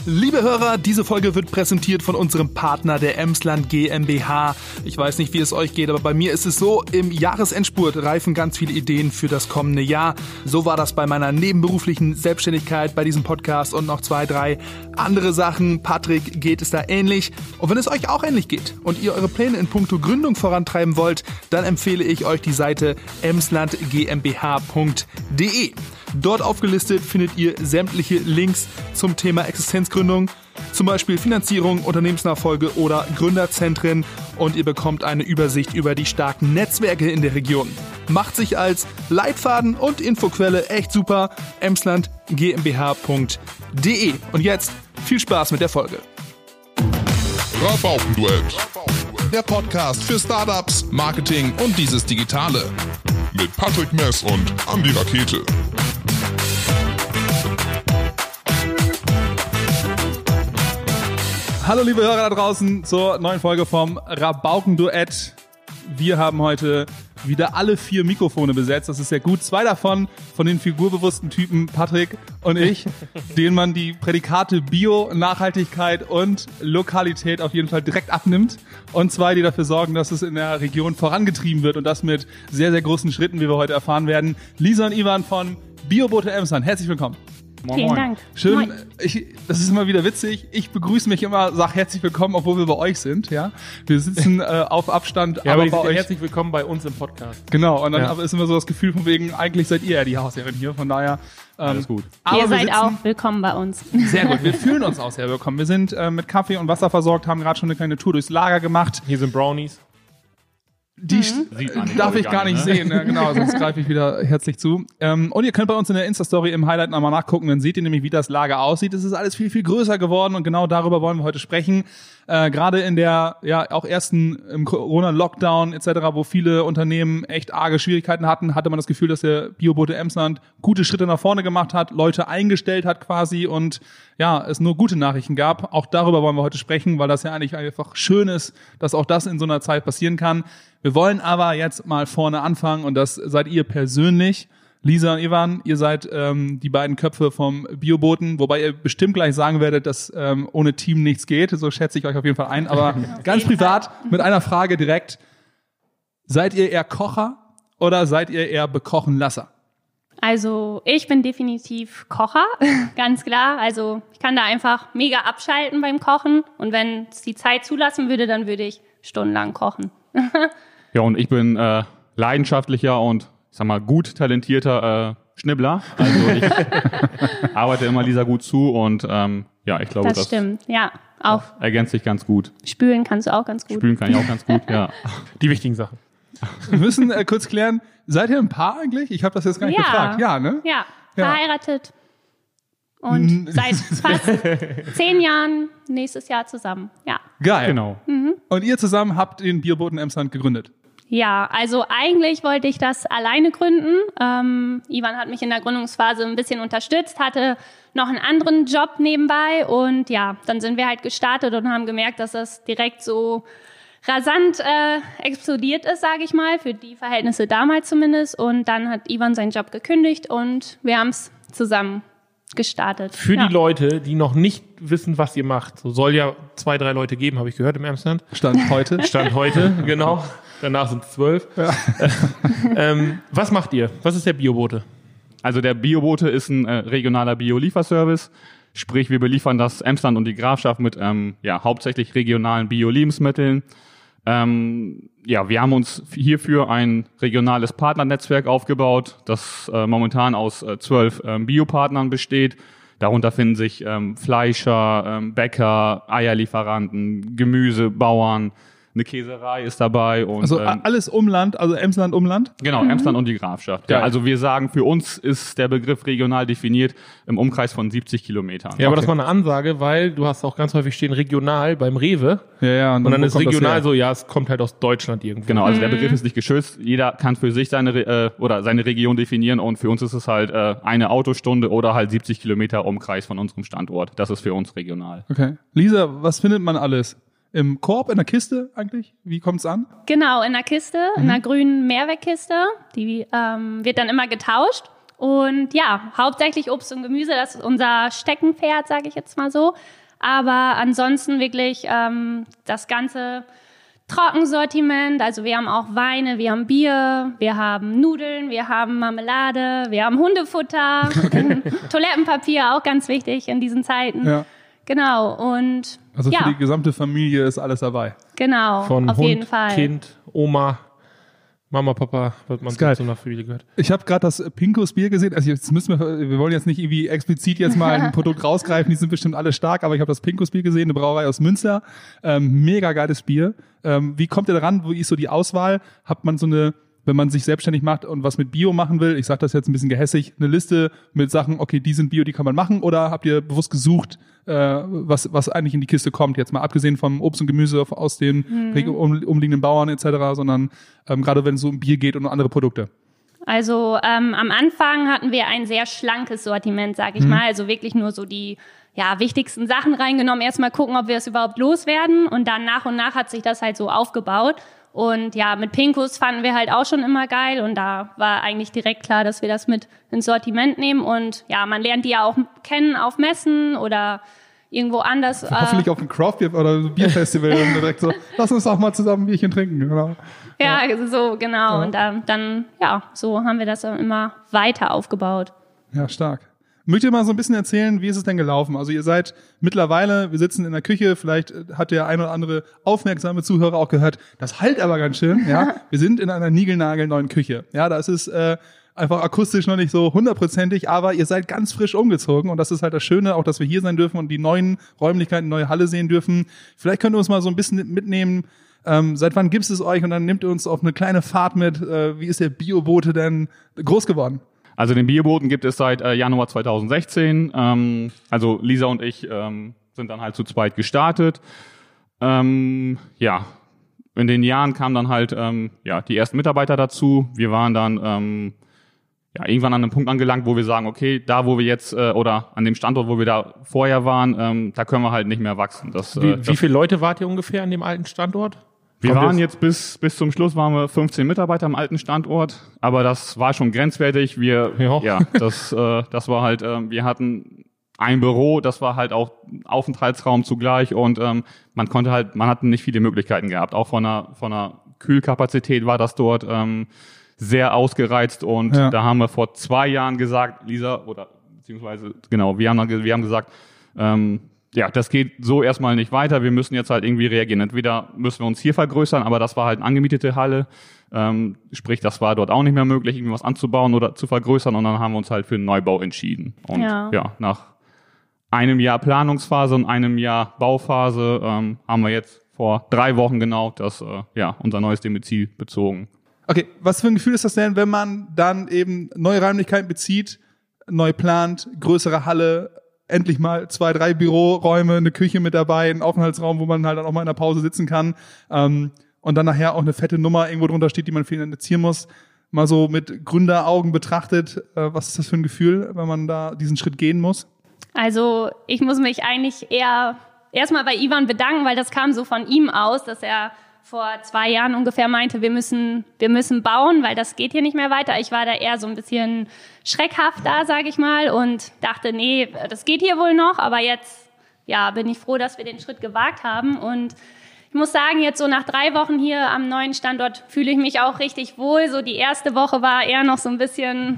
Liebe Hörer, diese Folge wird präsentiert von unserem Partner der Emsland GmbH. Ich weiß nicht, wie es euch geht, aber bei mir ist es so, im Jahresendspurt reifen ganz viele Ideen für das kommende Jahr. So war das bei meiner nebenberuflichen Selbstständigkeit, bei diesem Podcast und noch 2, 3 andere Sachen. Patrick, geht es da ähnlich? Und wenn es euch auch ähnlich geht und ihr eure Pläne in puncto Gründung vorantreiben wollt, dann empfehle ich euch die Seite emslandgmbh.de. Dort aufgelistet findet ihr sämtliche Links zum Thema Existenzgründung, zum Beispiel Finanzierung, Unternehmensnachfolge oder Gründerzentren, und ihr bekommt eine Übersicht über die starken Netzwerke in der Region. Macht sich als Leitfaden und Infoquelle echt super, emslandgmbh.de. Und jetzt viel Spaß mit der Folge. Rabaukenduett, der Podcast für Startups, Marketing und dieses Digitale. Mit Patrick Mess und Andi Rakete. Hallo liebe Hörer da draußen zur neuen Folge vom Rabaukenduett. Wir haben heute wieder alle 4 Mikrofone besetzt. Das ist sehr gut. 2 davon von den figurbewussten Typen Patrick und ich, denen man die Prädikate Bio, Nachhaltigkeit und Lokalität auf jeden Fall direkt abnimmt. Und 2, die dafür sorgen, dass es in der Region vorangetrieben wird, und das mit sehr, sehr großen Schritten, wie wir heute erfahren werden. Lisa und Ivan von Bioboote Emsland. Herzlich willkommen. Moin, Vielen Dank. Schön, das ist immer wieder witzig. Ich begrüße mich immer, sag herzlich willkommen, obwohl wir bei euch sind. Ja, wir sitzen auf Abstand, ja, aber bei euch. Herzlich willkommen bei uns im Podcast. Genau, und dann ist immer so das Gefühl von wegen, eigentlich seid ihr ja die Hausherrin hier, von daher alles gut. Aber ihr seid auch willkommen bei uns. Sehr gut, wir fühlen uns auch sehr willkommen. Wir sind mit Kaffee und Wasser versorgt, haben gerade schon eine kleine Tour durchs Lager gemacht. Hier sind Brownies. Die darf ich gar nicht sehen, ja, genau, sonst greife ich wieder herzlich zu. Und ihr könnt bei uns in der Insta-Story im Highlight nochmal nachgucken, dann seht ihr nämlich, wie das Lager aussieht. Es ist alles viel, viel größer geworden, und genau darüber wollen wir heute sprechen. Gerade in der auch ersten im Corona-Lockdown etc., wo viele Unternehmen echt arge Schwierigkeiten hatten, hatte man das Gefühl, dass der Bioboote Emsland gute Schritte nach vorne gemacht hat, Leute eingestellt hat quasi, und es nur gute Nachrichten gab. Auch darüber wollen wir heute sprechen, weil das ja eigentlich einfach schön ist, dass auch das in so einer Zeit passieren kann. Wir wollen aber jetzt mal vorne anfangen, und das seid ihr persönlich. Lisa und Ivan, ihr seid die beiden Köpfe vom Biobooten, wobei ihr bestimmt gleich sagen werdet, dass ohne Team nichts geht. So schätze ich euch auf jeden Fall ein. Aber ganz privat mit einer Frage direkt. Seid ihr eher Kocher oder seid ihr eher Bekochenlasser? Also ich bin definitiv Kocher, ganz klar. Also ich kann da einfach mega abschalten beim Kochen. Und wenn es die Zeit zulassen würde, dann würde ich stundenlang kochen. Ja, und ich bin leidenschaftlicher und ich sag mal gut talentierter Schnibbler. Also ich arbeite immer Lisa gut zu, und ich glaube, das stimmt. Ja, auch ergänzt sich ganz gut. Spülen kannst du auch ganz gut. Spülen kann ich auch ganz gut, ja. Die wichtigen Sachen. Wir müssen kurz klären, seid ihr ein Paar eigentlich? Ich habe das jetzt gar nicht gefragt. Ja, ne? Ja, verheiratet. Und seit fast 10 Jahren nächstes Jahr zusammen. Ja. Geil. Genau. Und ihr zusammen habt den Biobooten Emsland gegründet? Ja, also eigentlich wollte ich das alleine gründen. Ivan hat mich in der Gründungsphase ein bisschen unterstützt, hatte noch einen anderen Job nebenbei, und dann sind wir halt gestartet und haben gemerkt, dass das direkt so rasant explodiert ist, sage ich mal, für die Verhältnisse damals zumindest. Und dann hat Ivan seinen Job gekündigt und wir haben es zusammen gestartet. Für die Leute, die noch nicht wissen, was ihr macht, so soll ja 2, 3 Leute geben, habe ich gehört im Emsland. Stand heute, genau. Danach sind es 12. Ja. Was macht ihr? Was ist der Biobote? Also der Biobote ist ein regionaler Bio-Lieferservice. Sprich, wir beliefern das Emsland und die Grafschaft mit hauptsächlich regionalen Bio-Lebensmitteln. Wir haben uns hierfür ein regionales Partnernetzwerk aufgebaut, das momentan aus 12 Biopartnern besteht. Darunter finden sich Fleischer, Bäcker, Eierlieferanten, Gemüsebauern, eine Käserei ist dabei. Und, also alles Umland, also Emsland Umland? Genau, Emsland und die Grafschaft. Ja, also wir sagen, für uns ist der Begriff regional definiert im Umkreis von 70 Kilometern. Ja, aber das war eine Ansage, weil du hast auch ganz häufig stehen regional beim Rewe. Ja, und dann ist regional so, es kommt halt aus Deutschland irgendwo. Genau, also der Begriff ist nicht geschützt. Jeder kann für sich seine Region definieren, und für uns ist es halt eine Autostunde oder halt 70 Kilometer Umkreis von unserem Standort. Das ist für uns regional. Okay. Lisa, was findet man alles? Im Korb, in der Kiste eigentlich? Wie kommt's an? Genau, in der Kiste, in einer grünen Mehrwegkiste. Die wird dann immer getauscht. Und ja, hauptsächlich Obst und Gemüse, das ist unser Steckenpferd, sage ich jetzt mal so. Aber ansonsten wirklich das ganze Trockensortiment, also wir haben auch Weine, wir haben Bier, wir haben Nudeln, wir haben Marmelade, wir haben Hundefutter, Toilettenpapier, auch ganz wichtig in diesen Zeiten. Ja. Genau, und also für die gesamte Familie ist alles dabei. Genau, von auf Hund, jeden Fall. Kind, Oma, Mama, Papa, was man zu einer Familie gehört. Ich habe gerade das Pinkos Bier gesehen. Also jetzt wir wollen jetzt nicht irgendwie explizit jetzt mal ein Produkt rausgreifen, die sind bestimmt alle stark, aber ich habe das Pinkos Bier gesehen, eine Brauerei aus Münster. Mega geiles Bier. Wie kommt ihr daran? Wo ist so die Auswahl? Hat man so eine, wenn man sich selbstständig macht und was mit Bio machen will, ich sage das jetzt ein bisschen gehässig, eine Liste mit Sachen, okay, die sind Bio, die kann man machen, oder habt ihr bewusst gesucht, was eigentlich in die Kiste kommt, jetzt mal abgesehen vom Obst und Gemüse aus den umliegenden Bauern etc., sondern gerade wenn es so um Bier geht und um andere Produkte? Also am Anfang hatten wir ein sehr schlankes Sortiment, sag ich mal, also wirklich nur so die wichtigsten Sachen reingenommen, erstmal gucken, ob wir es überhaupt loswerden, und dann nach und nach hat sich das halt so aufgebaut. Und ja, mit Pinkos fanden wir halt auch schon immer geil, und da war eigentlich direkt klar, dass wir das mit ins Sortiment nehmen. Und ja, man lernt die ja auch kennen auf Messen oder irgendwo anders. Hoffentlich auf dem Craft-Bier oder Bierfestival und direkt so, lass uns auch mal zusammen ein Bierchen trinken. Genau. Ja, so genau. Ja. Und dann so haben wir das immer weiter aufgebaut. Ja, stark. Möchtet ihr mal so ein bisschen erzählen, wie ist es denn gelaufen? Also ihr seid mittlerweile, wir sitzen in der Küche, vielleicht hat der ein oder andere aufmerksame Zuhörer auch gehört, das halt aber ganz schön, ja. Wir sind in einer niegelnagelneuen Küche. Ja, da ist es einfach akustisch noch nicht so 100%ig, aber ihr seid ganz frisch umgezogen, und das ist halt das Schöne, auch dass wir hier sein dürfen und die neuen Räumlichkeiten, die neue Halle sehen dürfen. Vielleicht könnt ihr uns mal so ein bisschen mitnehmen, seit wann gibt es euch, und dann nehmt ihr uns auf eine kleine Fahrt mit, wie ist der Biobote denn groß geworden? Also den Bioboten gibt es seit Januar 2016. Also Lisa und ich sind dann halt zu zweit gestartet. In den Jahren kamen dann halt die ersten Mitarbeiter dazu. Wir waren dann irgendwann an einem Punkt angelangt, wo wir sagen, okay, da wo wir jetzt oder an dem Standort, wo wir da vorher waren, da können wir halt nicht mehr wachsen. Wie viele Leute wart ihr ungefähr an dem alten Standort? Wir waren jetzt bis zum Schluss waren wir 15 Mitarbeiter am alten Standort, aber das war schon grenzwertig. Das war halt, wir hatten ein Büro, das war halt auch Aufenthaltsraum zugleich, und man hatte nicht viele Möglichkeiten gehabt. Auch von einer Kühlkapazität war das dort sehr ausgereizt, und da haben wir vor 2 Jahren gesagt, Lisa, wir haben gesagt, das geht so erstmal nicht weiter. Wir müssen jetzt halt irgendwie reagieren. Entweder müssen wir uns hier vergrößern, aber das war halt eine angemietete Halle. Sprich, das war dort auch nicht mehr möglich, irgendwie was anzubauen oder zu vergrößern. Und dann haben wir uns halt für einen Neubau entschieden. Und nach einem Jahr Planungsphase und einem Jahr Bauphase haben wir jetzt vor 3 Wochen genau unser neues Domizil bezogen. Okay, was für ein Gefühl ist das denn, wenn man dann eben neue Räumlichkeiten bezieht, neu plant, größere Halle, endlich mal 2, 3 Büroräume, eine Küche mit dabei, einen Aufenthaltsraum, wo man halt dann auch mal in der Pause sitzen kann, und dann nachher auch eine fette Nummer irgendwo drunter steht, die man finanzieren muss. Mal so mit Gründeraugen betrachtet, was ist das für ein Gefühl, wenn man da diesen Schritt gehen muss? Also ich muss mich eigentlich eher erstmal bei Ivan bedanken, weil das kam so von ihm aus, dass er vor 2 Jahren ungefähr meinte, wir müssen bauen, weil das geht hier nicht mehr weiter. Ich war da eher so ein bisschen schreckhaft da, sage ich mal, und dachte, nee, das geht hier wohl noch. Aber jetzt, bin ich froh, dass wir den Schritt gewagt haben. Und ich muss sagen, jetzt so nach 3 Wochen hier am neuen Standort fühle ich mich auch richtig wohl. So die erste Woche war eher noch so ein bisschen,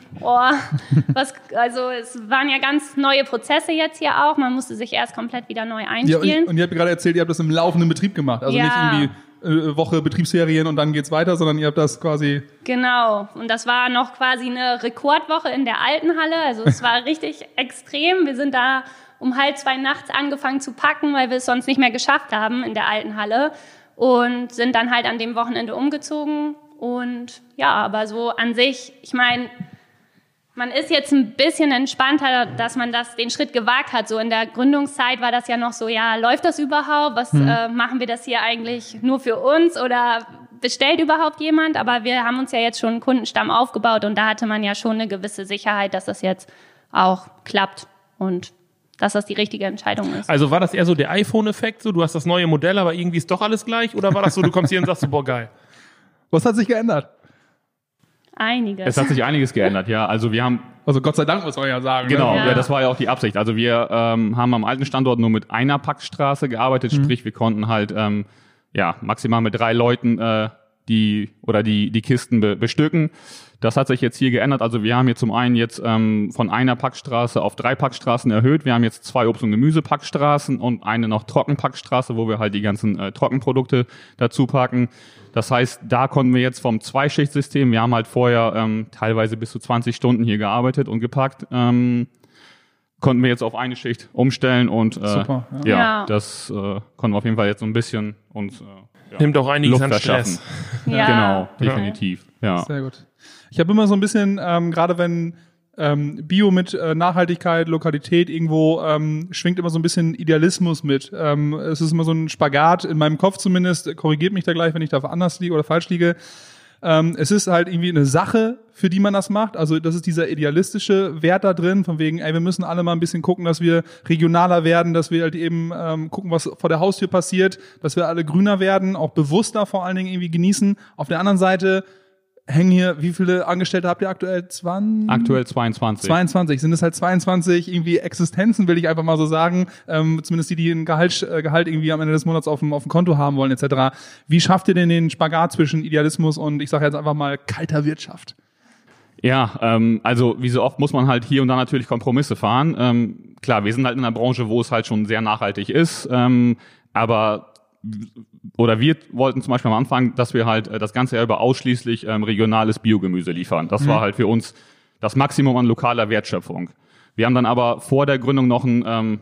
es waren ja ganz neue Prozesse jetzt hier auch. Man musste sich erst komplett wieder neu einspielen. Ja, und ihr habt gerade erzählt, ihr habt das im laufenden Betrieb gemacht. Also nicht irgendwie Woche Betriebsferien und dann geht's weiter, sondern ihr habt das quasi... Genau, und das war noch quasi eine Rekordwoche in der alten Halle, also es war richtig extrem. Wir sind da um 1:30 nachts angefangen zu packen, weil wir es sonst nicht mehr geschafft haben in der alten Halle, und sind dann halt an dem Wochenende umgezogen. Und aber so an sich, ich meine, man ist jetzt ein bisschen entspannter, dass man den Schritt gewagt hat. So in der Gründungszeit war das ja noch so, läuft das überhaupt? Was machen wir das hier eigentlich nur für uns, oder bestellt überhaupt jemand? Aber wir haben uns ja jetzt schon einen Kundenstamm aufgebaut, und da hatte man ja schon eine gewisse Sicherheit, dass das jetzt auch klappt und dass das die richtige Entscheidung ist. Also war das eher so der iPhone-Effekt, so du hast das neue Modell, aber irgendwie ist doch alles gleich? Oder war das so, du kommst hier und sagst so, boah, geil? Was hat sich geändert? Einiges. Es hat sich einiges geändert, ja. Also wir haben... Also Gott sei Dank, muss man ja sagen. Genau, ne? ja, das war ja auch die Absicht. Also wir haben am alten Standort nur mit einer Packstraße gearbeitet, sprich wir konnten halt maximal mit 3 Leuten die Kisten bestücken. Das hat sich jetzt hier geändert. Also wir haben hier zum einen jetzt von einer Packstraße auf 3 Packstraßen erhöht. Wir haben jetzt 2 Obst- und Gemüsepackstraßen und eine noch Trockenpackstraße, wo wir halt die ganzen Trockenprodukte dazu packen. Das heißt, da konnten wir jetzt vom 2-Schicht-System, wir haben halt vorher teilweise bis zu 20 Stunden hier gearbeitet und gepackt, konnten wir jetzt auf eine Schicht umstellen und Super, das konnten wir auf jeden Fall jetzt so ein bisschen uns nimmt auch einiges Luft an verschaffen. Stress. Ja. Genau, definitiv. Ja. Sehr gut. Ich habe immer so ein bisschen, gerade wenn Bio mit Nachhaltigkeit, Lokalität irgendwo schwingt immer so ein bisschen Idealismus mit. Es ist immer so ein Spagat, in meinem Kopf zumindest, korrigiert mich da gleich, wenn ich da anders liege oder falsch liege. Es ist halt irgendwie eine Sache, für die man das macht. Also das ist dieser idealistische Wert da drin, von wegen, wir müssen alle mal ein bisschen gucken, dass wir regionaler werden, dass wir halt eben gucken, was vor der Haustür passiert, dass wir alle grüner werden, auch bewusster vor allen Dingen irgendwie genießen. Auf der anderen Seite hängen hier, wie viele Angestellte habt ihr aktuell? Aktuell 22. 22. Sind es halt 22 irgendwie Existenzen, will ich einfach mal so sagen. Zumindest die ein Gehalt irgendwie am Ende des Monats auf dem Konto haben wollen, etc. Wie schafft ihr denn den Spagat zwischen Idealismus und, ich sage jetzt einfach mal, kalter Wirtschaft? Ja, also wie so oft muss man halt hier und da natürlich Kompromisse fahren. Klar, wir sind halt in einer Branche, wo es halt schon sehr nachhaltig ist, aber wir wollten zum Beispiel am Anfang, dass wir halt das ganze Jahr über ausschließlich regionales Biogemüse liefern. Das war halt für uns das Maximum an lokaler Wertschöpfung. Wir haben dann aber vor der Gründung noch einen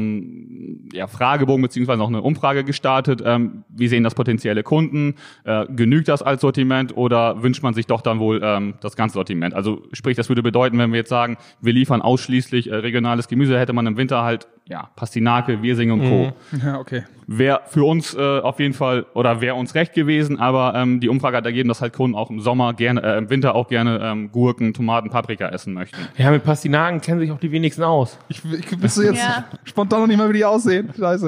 Fragebogen beziehungsweise noch eine Umfrage gestartet. Wie sehen das potenzielle Kunden? Genügt das als Sortiment oder wünscht man sich doch dann wohl das ganze Sortiment? Also sprich, das würde bedeuten, wenn wir jetzt sagen, wir liefern ausschließlich regionales Gemüse, hätte man im Winter halt Pastinake, Wirsing und Co. Ja, okay. Wäre für uns auf jeden Fall oder wäre uns recht gewesen, aber die Umfrage hat ergeben, dass halt Kunden auch im Winter auch gerne Gurken, Tomaten, Paprika essen möchten. Ja, mit Pastinaken kennen sich auch die wenigsten aus. Ich wüsste jetzt spontan noch nicht mal, wie die aussehen. Scheiße.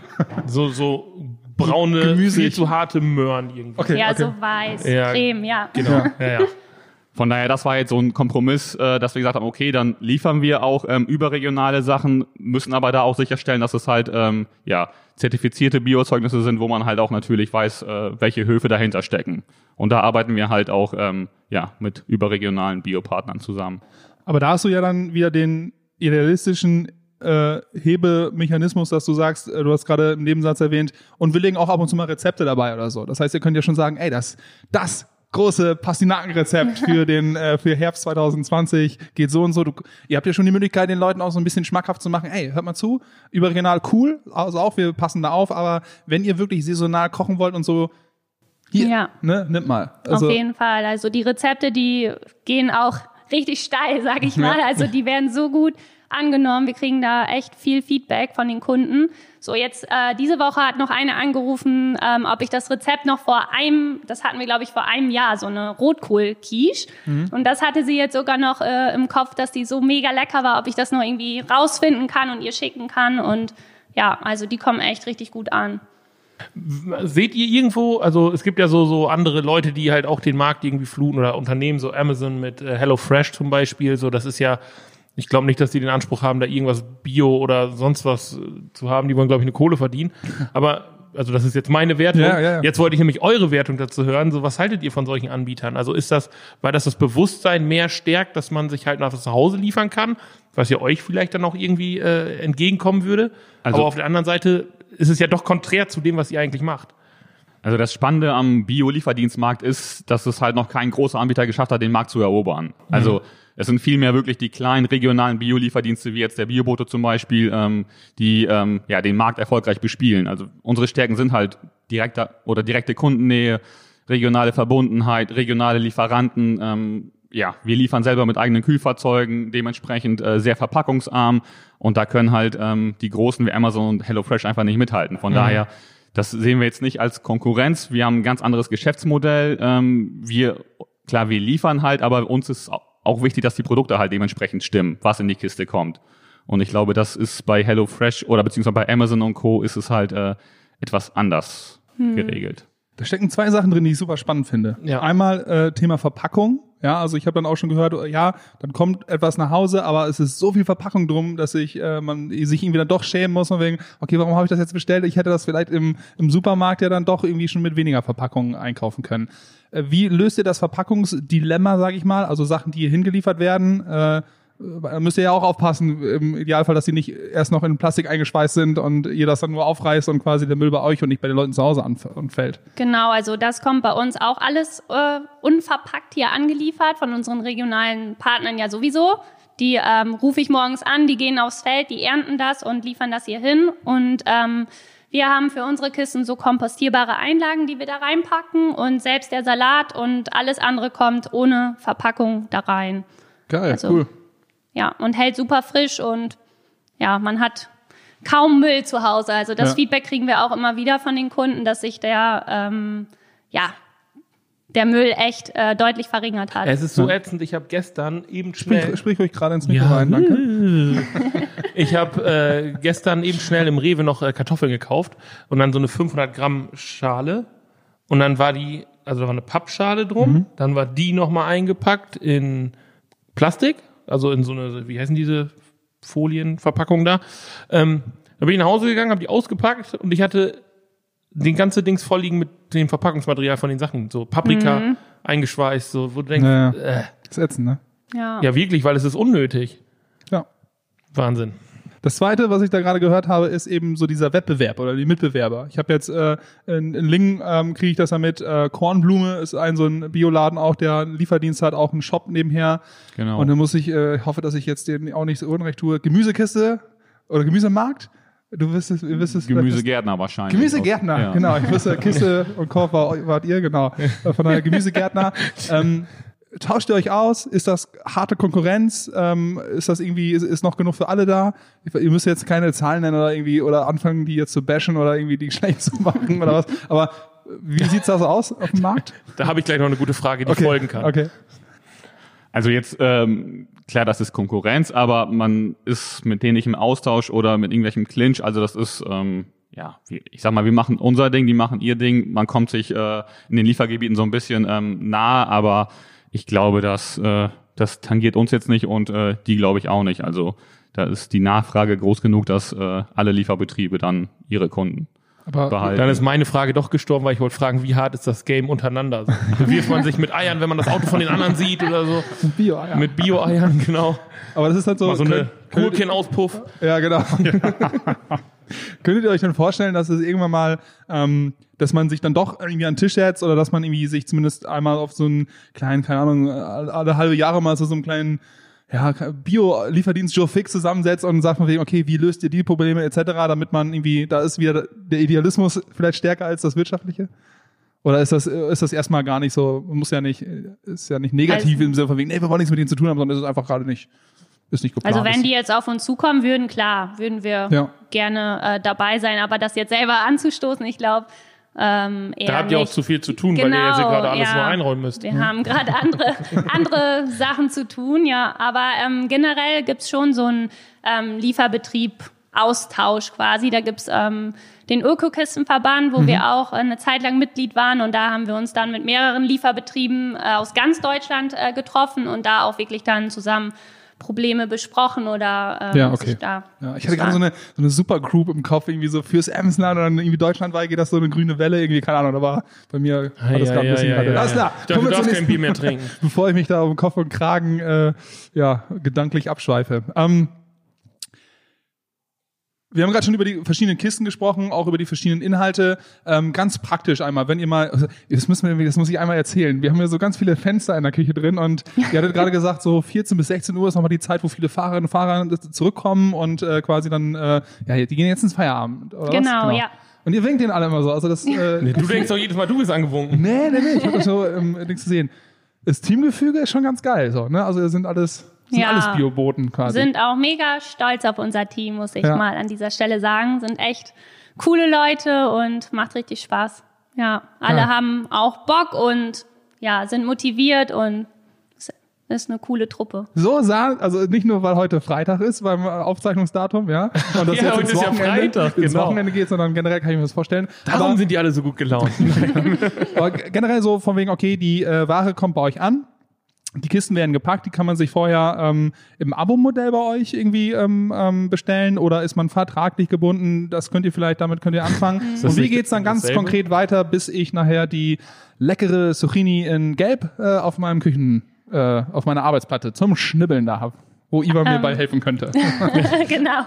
So braune, Gemüsig. viel zu harte Möhren irgendwie. Okay, Ja, okay. so weiß, Ja. Creme, ja. Genau. Ja. Von daher, das war jetzt so ein Kompromiss, dass wir gesagt haben, okay, dann liefern wir auch überregionale Sachen, müssen aber da auch sicherstellen, dass es halt zertifizierte Bioerzeugnisse sind, wo man halt auch natürlich weiß, welche Höfe dahinter stecken. Und da arbeiten wir halt auch mit überregionalen Biopartnern zusammen. Aber da hast du ja dann wieder den idealistischen Hebemechanismus, dass du sagst, du hast gerade im Nebensatz erwähnt, und wir legen auch ab und zu mal Rezepte dabei oder so. Das heißt, ihr könnt ja schon sagen, das große Pastinakenrezept für Herbst 2020 geht so und so. Ihr habt ja schon die Möglichkeit, den Leuten auch so ein bisschen schmackhaft zu machen. Hört mal zu, überregional cool, also auch, wir passen da auf, aber wenn ihr wirklich saisonal kochen wollt und so, hier, nimmt mal. Also, auf jeden Fall. Also die Rezepte, die gehen auch richtig steil, sag ich mal. Also die werden so gut angenommen. Wir kriegen da echt viel Feedback von den Kunden. So, jetzt diese Woche hat noch eine angerufen, ob ich das Rezept noch das hatten wir, glaube ich, vor einem Jahr, so eine Rotkohl-Quiche. Und das hatte sie jetzt sogar noch im Kopf, dass die so mega lecker war, ob ich das noch irgendwie rausfinden kann und ihr schicken kann. Und ja, also die kommen echt richtig gut an. Seht ihr irgendwo, also es gibt ja so andere Leute, die halt auch den Markt irgendwie fluten oder Unternehmen, so Amazon mit HelloFresh zum Beispiel, so das ist ja, ich glaube nicht, dass die den Anspruch haben, da irgendwas Bio oder sonst was zu haben, die wollen, glaube ich, eine Kohle verdienen, aber also das ist jetzt meine Wertung. Ja. Jetzt wollte ich nämlich eure Wertung dazu hören, so was haltet ihr von solchen Anbietern? Also weil das Bewusstsein mehr stärkt, dass man sich halt nach zu Hause liefern kann, was ja euch vielleicht dann auch irgendwie entgegenkommen würde, also, aber auf der anderen Seite ist es ja doch konträr zu dem, was ihr eigentlich macht. Also das Spannende am Bio-Lieferdienstmarkt ist, dass es halt noch kein großer Anbieter geschafft hat, den Markt zu erobern. Also es sind vielmehr wirklich die kleinen regionalen Bio-Lieferdienste, wie jetzt der Biobote zum Beispiel, die den Markt erfolgreich bespielen. Also unsere Stärken sind halt direkte Kundennähe, regionale Verbundenheit, regionale Lieferanten. Wir liefern selber mit eigenen Kühlfahrzeugen, dementsprechend sehr verpackungsarm. Und da können halt die Großen wie Amazon und HelloFresh einfach nicht mithalten. Von daher, das sehen wir jetzt nicht als Konkurrenz. Wir haben ein ganz anderes Geschäftsmodell. Wir liefern halt, aber uns ist auch wichtig, dass die Produkte halt dementsprechend stimmen, was in die Kiste kommt. Und ich glaube, das ist bei HelloFresh oder beziehungsweise bei Amazon und Co. ist es halt etwas anders geregelt. Da stecken 2 Sachen drin, die ich super spannend finde. Ja. Einmal Thema Verpackung. Ja, also ich habe dann auch schon gehört, ja, dann kommt etwas nach Hause, aber es ist so viel Verpackung drum, dass man sich irgendwie dann doch schämen muss und wegen, okay, warum habe ich das jetzt bestellt? Ich hätte das vielleicht im Supermarkt ja dann doch irgendwie schon mit weniger Verpackungen einkaufen können. Wie löst ihr das Verpackungsdilemma, sage ich mal? Also Sachen, die hier hingeliefert werden, müsst ihr ja auch aufpassen, im Idealfall, dass sie nicht erst noch in Plastik eingeschweißt sind und ihr das dann nur aufreißt und quasi der Müll bei euch und nicht bei den Leuten zu Hause anfällt. Genau, also das kommt bei uns auch alles unverpackt hier angeliefert, von unseren regionalen Partnern ja sowieso. Die rufe ich morgens an, die gehen aufs Feld, die ernten das und liefern das hier hin. Und wir haben für unsere Kisten so kompostierbare Einlagen, die wir da reinpacken und selbst der Salat und alles andere kommt ohne Verpackung da rein. Geil, Also, cool. Ja, und hält super frisch und ja, man hat kaum Müll zu Hause. Also das Feedback kriegen wir auch immer wieder von den Kunden, dass sich der Müll echt deutlich verringert hat. Es ist so ätzend, ich habe gestern eben schnell... Sprich ruhig gerade ins Mikro rein, danke. Ich habe gestern eben schnell im Rewe noch Kartoffeln gekauft und dann so eine 500 Gramm Schale und dann war da war eine Pappschale drum, dann war die nochmal eingepackt in Plastik, also in so eine, wie heißen diese Folienverpackung da. Da bin ich nach Hause gegangen, habe die ausgepackt und ich hatte den ganze Dings voll liegen mit dem Verpackungsmaterial von den Sachen. So Paprika eingeschweißt, so, wo du denkst, Das ist ätzend, ne? Ja. wirklich, weil es ist unnötig. Ja. Wahnsinn. Das Zweite, was ich da gerade gehört habe, ist eben so dieser Wettbewerb oder die Mitbewerber. Ich habe jetzt in Lingen kriege ich das damit. Kornblume ist so ein Bioladen auch, der einen Lieferdienst hat, auch einen Shop nebenher. Genau. Und dann muss ich, hoffe, dass ich jetzt denen auch nicht so unrecht tue, Gemüsekiste oder Gemüsemarkt. Ihr wisst es. Gemüsegärtner wahrscheinlich. Gemüsegärtner, Ja. genau. Ich wusste, Kiste und Korb wart ihr, genau. Von daher Gemüsegärtner. Tauscht ihr euch aus? Ist das harte Konkurrenz? Ist das irgendwie, ist noch genug für alle da? Ihr müsst jetzt keine Zahlen nennen oder anfangen, die jetzt zu bashen oder irgendwie die schlecht zu machen oder was. Aber wie sieht's das aus auf dem Markt? Da habe ich gleich noch eine gute Frage, die folgen kann. Okay. Also jetzt, klar, das ist Konkurrenz, aber man ist mit denen nicht im Austausch oder mit irgendwelchem Clinch. Also das ist, ich sag mal, wir machen unser Ding, die machen ihr Ding. Man kommt sich in den Liefergebieten so ein bisschen nahe, aber ich glaube, das tangiert uns jetzt nicht und die glaube ich auch nicht. Also da ist die Nachfrage groß genug, dass alle Lieferbetriebe dann ihre Kunden behalten. Dann ist meine Frage doch gestorben, weil ich wollte fragen, wie hart ist das Game untereinander? Also, bewirft man sich mit Eiern, wenn man das Auto von den anderen sieht oder so? Bio-Eier. Mit Bio-Eiern, genau. Aber das ist halt so. Mal so eine Gurkenauspuff. Ja, genau. Könntet ihr euch denn vorstellen, dass es irgendwann mal, dass man sich dann doch irgendwie an den Tisch setzt oder dass man irgendwie sich zumindest einmal auf so einen kleinen, keine Ahnung, alle halbe Jahre mal so einen kleinen Bio-Lieferdienst Joe Fix zusammensetzt und sagt man wegen, okay, wie löst ihr die Probleme etc., damit man irgendwie, da ist wieder der Idealismus vielleicht stärker als das Wirtschaftliche? Oder ist das erstmal gar nicht so, ist ja nicht negativ im Sinne von wegen, nee, wir wollen nichts mit denen zu tun haben, sondern ist es einfach gerade nicht, ist nicht geplant. Also wenn die jetzt auf uns zukommen würden, würden wir gerne dabei sein, aber das jetzt selber anzustoßen, ich glaube, eher da habt ihr auch zu viel zu tun, weil ihr jetzt gerade alles nur einräumen müsst. Wir haben gerade andere Sachen zu tun, ja. Aber generell gibt's schon so einen Lieferbetrieb-Austausch quasi. Da gibt's den Ökokistenverband, wo wir auch eine Zeit lang Mitglied waren. Und da haben wir uns dann mit mehreren Lieferbetrieben aus ganz Deutschland getroffen und da auch wirklich dann zusammen Probleme besprochen oder okay. Ich hatte gerade so eine Supergroup im Kopf, irgendwie so fürs Emsland und dann irgendwie deutschlandweit geht das so eine grüne Welle, irgendwie, keine Ahnung, aber bei mir war das gerade ein bisschen gerade. Alles klar. Ich dachte, du darfst kein Bier mehr trinken. Bevor ich mich da um Kopf und Kragen gedanklich abschweife. Wir haben gerade schon über die verschiedenen Kisten gesprochen, auch über die verschiedenen Inhalte. Ganz praktisch einmal, wenn ihr mal, das muss ich einmal erzählen. Wir haben ja so ganz viele Fenster in der Küche drin und ihr hattet gerade gesagt, so 14 bis 16 Uhr ist nochmal die Zeit, wo viele Fahrerinnen und Fahrer zurückkommen und quasi dann, die gehen jetzt ins Feierabend. Oder genau, was? ja. Und ihr winkt denen alle immer so. Also das, Du denkst doch jedes Mal, du bist angewunken. Nee, ich hab das so nichts zu sehen. Das Teamgefüge ist schon ganz geil, so, ne? Also sind alles Bioboten quasi. Sind auch mega stolz auf unser Team, muss ich mal an dieser Stelle sagen. Sind echt coole Leute und macht richtig Spaß. Ja, alle haben auch Bock und sind motiviert und ist eine coole Truppe. So also nicht nur, weil heute Freitag ist, beim Aufzeichnungsdatum, ja. Und das Ja, heute ist ja Freitag, ins genau. Wochenende geht, sondern generell kann ich mir das vorstellen. Darum sind die alle so gut gelaunt. Aber generell so von wegen, okay, die Ware kommt bei euch an. Die Kisten werden gepackt, die kann man sich vorher im Abo-Modell bei euch irgendwie bestellen oder ist man vertraglich gebunden? Damit könnt ihr anfangen. Und wie geht's dann ganz konkret weiter, bis ich nachher die leckere Zucchini in Gelb auf meinem auf meiner Arbeitsplatte zum Schnibbeln da habe, wo Iva mir bei helfen könnte. Genau.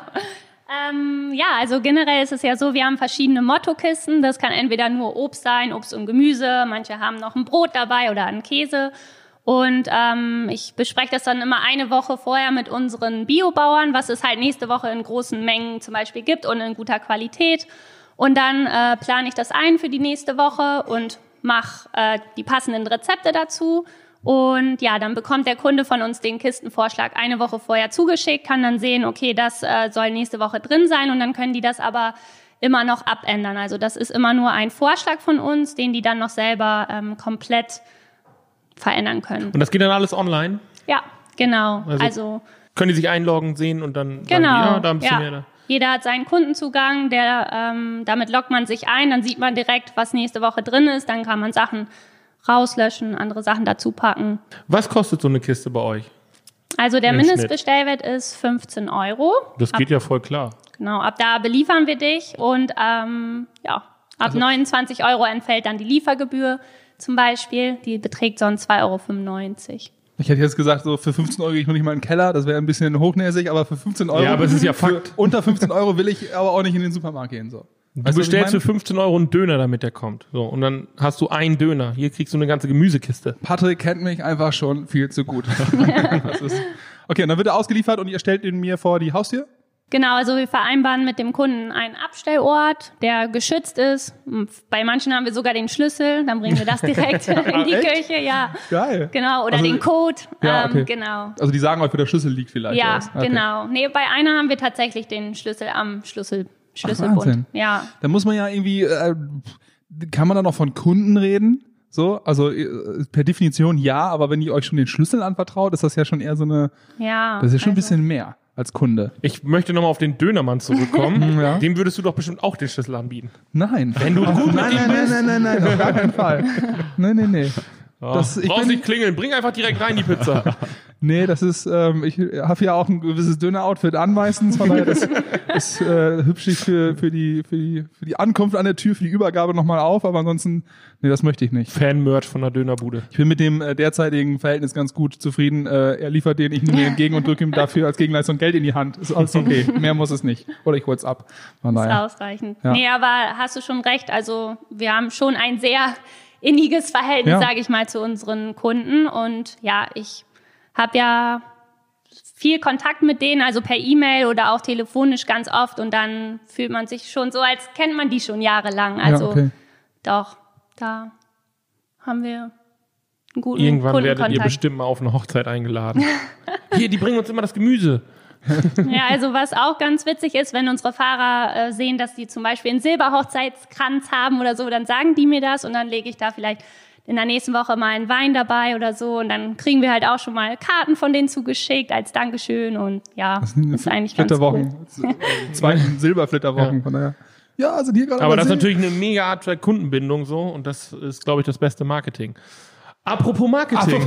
Also generell ist es ja so, wir haben verschiedene Mottokisten. Das kann entweder nur Obst sein, Obst und Gemüse. Manche haben noch ein Brot dabei oder einen Käse. Und ich bespreche das dann immer eine Woche vorher mit unseren Biobauern, was es halt nächste Woche in großen Mengen zum Beispiel gibt und in guter Qualität. Und dann plane ich das ein für die nächste Woche und mache die passenden Rezepte dazu. Und ja, dann bekommt der Kunde von uns den Kistenvorschlag eine Woche vorher zugeschickt, kann dann sehen, okay, das soll nächste Woche drin sein und dann können die das aber immer noch abändern. Also das ist immer nur ein Vorschlag von uns, den die dann noch selber komplett verändern können. Und das geht dann alles online? Ja, genau. Also können die sich einloggen, sehen und dann genau, sagen die, da ein bisschen mehr da. Jeder hat seinen Kundenzugang, damit loggt man sich ein, dann sieht man direkt, was nächste Woche drin ist, dann kann man Sachen rauslöschen, andere Sachen dazu packen. Was kostet so eine Kiste bei euch? Also der Mindestbestellwert ist 15 €. Das geht ja voll klar. Genau, ab da beliefern wir dich und ab 29 € entfällt dann die Liefergebühr zum Beispiel. Die beträgt sonst 2,95 €. Ich hätte jetzt gesagt, so für 15 € gehe ich noch nicht mal in den Keller, das wäre ein bisschen hochnäsig, aber für 15 €. Ja, aber es ist ja Fakt. Unter 15 € will ich aber auch nicht in den Supermarkt gehen. So. Du bestellst für 15 € einen Döner, damit der kommt. So, und dann hast du einen Döner. Hier kriegst du eine ganze Gemüsekiste. Patrick kennt mich einfach schon viel zu gut. Okay, und dann wird er ausgeliefert und ihr stellt ihn mir vor die Haustür? Genau, also wir vereinbaren mit dem Kunden einen Abstellort, der geschützt ist. Bei manchen haben wir sogar den Schlüssel, dann bringen wir das direkt in die Küche, ja. Geil. Genau, oder den Code, ja, okay. Genau. Also die sagen euch, wo der Schlüssel liegt vielleicht. Ja, okay. Genau. Nee, bei einer haben wir tatsächlich den Schlüssel am Schlüsselbund. Wahnsinn. Ja. Da muss man ja irgendwie, kann man da noch von Kunden reden? So, also per Definition ja, aber wenn ihr euch schon den Schlüssel anvertraut, ist das ja schon eher so eine, das ist ja schon ein bisschen mehr als Kunde. Ich möchte nochmal auf den Dönermann zurückkommen. Ja. Dem würdest du doch bestimmt auch den Schlüssel anbieten. Nein. Wenn du gut mit ihm bist. Nein, auf gar keinen Fall. Nee. Brauchst nicht klingeln, bring einfach direkt rein die Pizza. Nee, das ist, ich habe ja auch ein gewisses Döner-Outfit an meistens, von daher das ist hübsch für die Ankunft an der Tür, für die Übergabe nochmal auf, aber ansonsten, nee, das möchte ich nicht. Fan-Merch von der Dönerbude. Ich bin mit dem derzeitigen Verhältnis ganz gut zufrieden. Er liefert den, ich nehme ihn entgegen und drücke ihm dafür als Gegenleistung Geld in die Hand. Ist alles okay. Mehr muss es nicht. Oder ich hol's ab. Von daher. Ist ausreichend. Ja. Nee, aber hast du schon recht. Also wir haben schon ein sehr inniges Verhältnis, sage ich mal, zu unseren Kunden. Und ja, ich habe ja viel Kontakt mit denen, also per E-Mail oder auch telefonisch ganz oft. Und dann fühlt man sich schon so, als kennt man die schon jahrelang. Also doch, da haben wir einen guten Irgendwann werdet ihr bestimmt mal auf eine Hochzeit eingeladen. Hier, die bringen uns immer das Gemüse. Ja, also was auch ganz witzig ist, wenn unsere Fahrer sehen, dass die zum Beispiel einen Silberhochzeitskranz haben oder so, dann sagen die mir das und dann lege ich da vielleicht in der nächsten Woche mal einen Wein dabei oder so und dann kriegen wir halt auch schon mal Karten von denen zugeschickt als Dankeschön und ja, das ist eigentlich ganz cool. Zweiten Silberflitterwochen, von daher. Ja, also hier gerade. Aber das ist natürlich eine mega Art der Kundenbindung so und das ist, glaube ich, das beste Marketing. Apropos Marketing.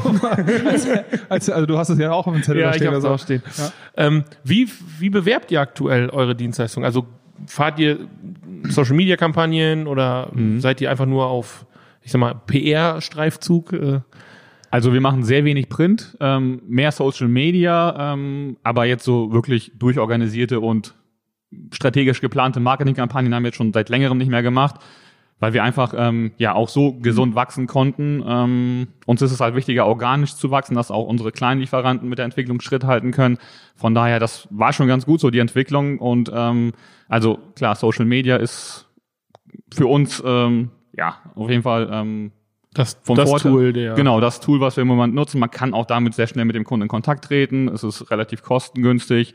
Also du hast es ja auch auf dem Zettel stehen. Ja, ich habe es auch stehen. Ja. Wie bewerbt ihr aktuell eure Dienstleistung? Also fahrt ihr Social-Media-Kampagnen oder seid ihr einfach nur auf, ich sag mal, PR-Streifzug? Also wir machen sehr wenig Print, mehr Social Media, aber jetzt so wirklich durchorganisierte und strategisch geplante Marketingkampagnen haben wir jetzt schon seit längerem nicht mehr gemacht. Weil wir einfach auch so gesund wachsen konnten. Uns ist es halt wichtiger, organisch zu wachsen, dass auch unsere kleinen Lieferanten mit der Entwicklung Schritt halten können. Von daher, das war schon ganz gut so, die Entwicklung. Und also klar, Social Media ist für uns auf jeden Fall das Tool. Genau, das Tool, was wir im Moment nutzen. Man kann auch damit sehr schnell mit dem Kunden in Kontakt treten. Es ist relativ kostengünstig.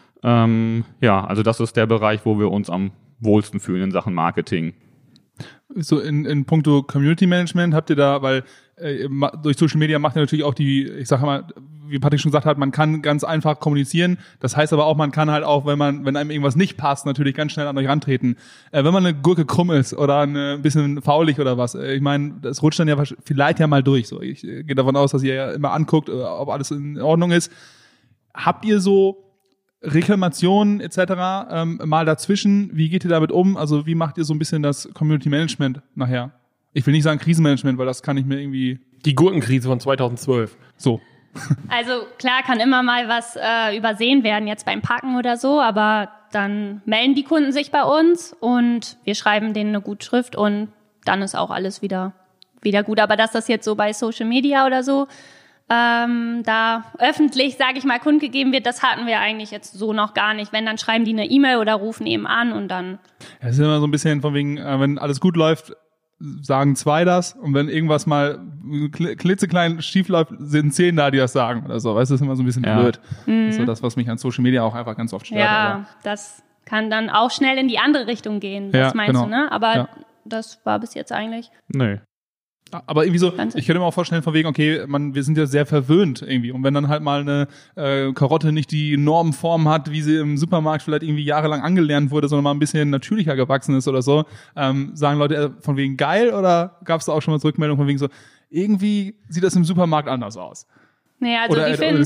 Also das ist der Bereich, wo wir uns am wohlsten fühlen in Sachen Marketing. So in puncto Community Management habt ihr da, weil durch Social Media macht er natürlich auch ich sage mal, wie Patrick schon gesagt hat, man kann ganz einfach kommunizieren. Das heißt aber auch, man kann halt auch, wenn einem irgendwas nicht passt, natürlich ganz schnell an euch rantreten. Wenn man eine Gurke krumm ist oder ein bisschen faulig oder was, ich meine, das rutscht dann ja vielleicht ja mal durch. So, ich gehe davon aus, dass ihr ja immer anguckt, ob alles in Ordnung ist. Habt ihr so Reklamationen etc. Mal dazwischen? Wie geht ihr damit um? Also wie macht ihr so ein bisschen das Community Management nachher? Ich will nicht sagen Krisenmanagement, weil das kann ich mir irgendwie... Die Gurkenkrise von 2012. So. Also klar kann immer mal was übersehen werden, jetzt beim Packen oder so, aber dann melden die Kunden sich bei uns und wir schreiben denen eine Gutschrift und dann ist auch alles wieder gut. Aber dass das jetzt so bei Social Media oder so da öffentlich, sage ich mal, kundgegeben wird, das hatten wir eigentlich jetzt so noch gar nicht. Wenn, dann schreiben die eine E-Mail oder rufen eben an und dann... Ja, es ist immer so ein bisschen von wegen, wenn alles gut läuft, sagen 2 das und wenn irgendwas mal klitzeklein schief läuft, sind 10 da, die das sagen oder so. Weißt du, das ist immer so ein bisschen blöd. Das ist so das, was mich an Social Media auch einfach ganz oft stört. Ja, aber das kann dann auch schnell in die andere Richtung gehen. Das meinst du, ne? Aber das war bis jetzt eigentlich... Nee. Aber irgendwie so, ich könnte mir auch vorstellen von wegen, okay, wir sind ja sehr verwöhnt irgendwie. Und wenn dann halt mal eine Karotte nicht die Normform hat, wie sie im Supermarkt vielleicht irgendwie jahrelang angelernt wurde, sondern mal ein bisschen natürlicher gewachsen ist oder so, sagen Leute von wegen geil oder gab es da auch schon mal Rückmeldungen von wegen so, irgendwie sieht das im Supermarkt anders aus? Nee, also oder die finden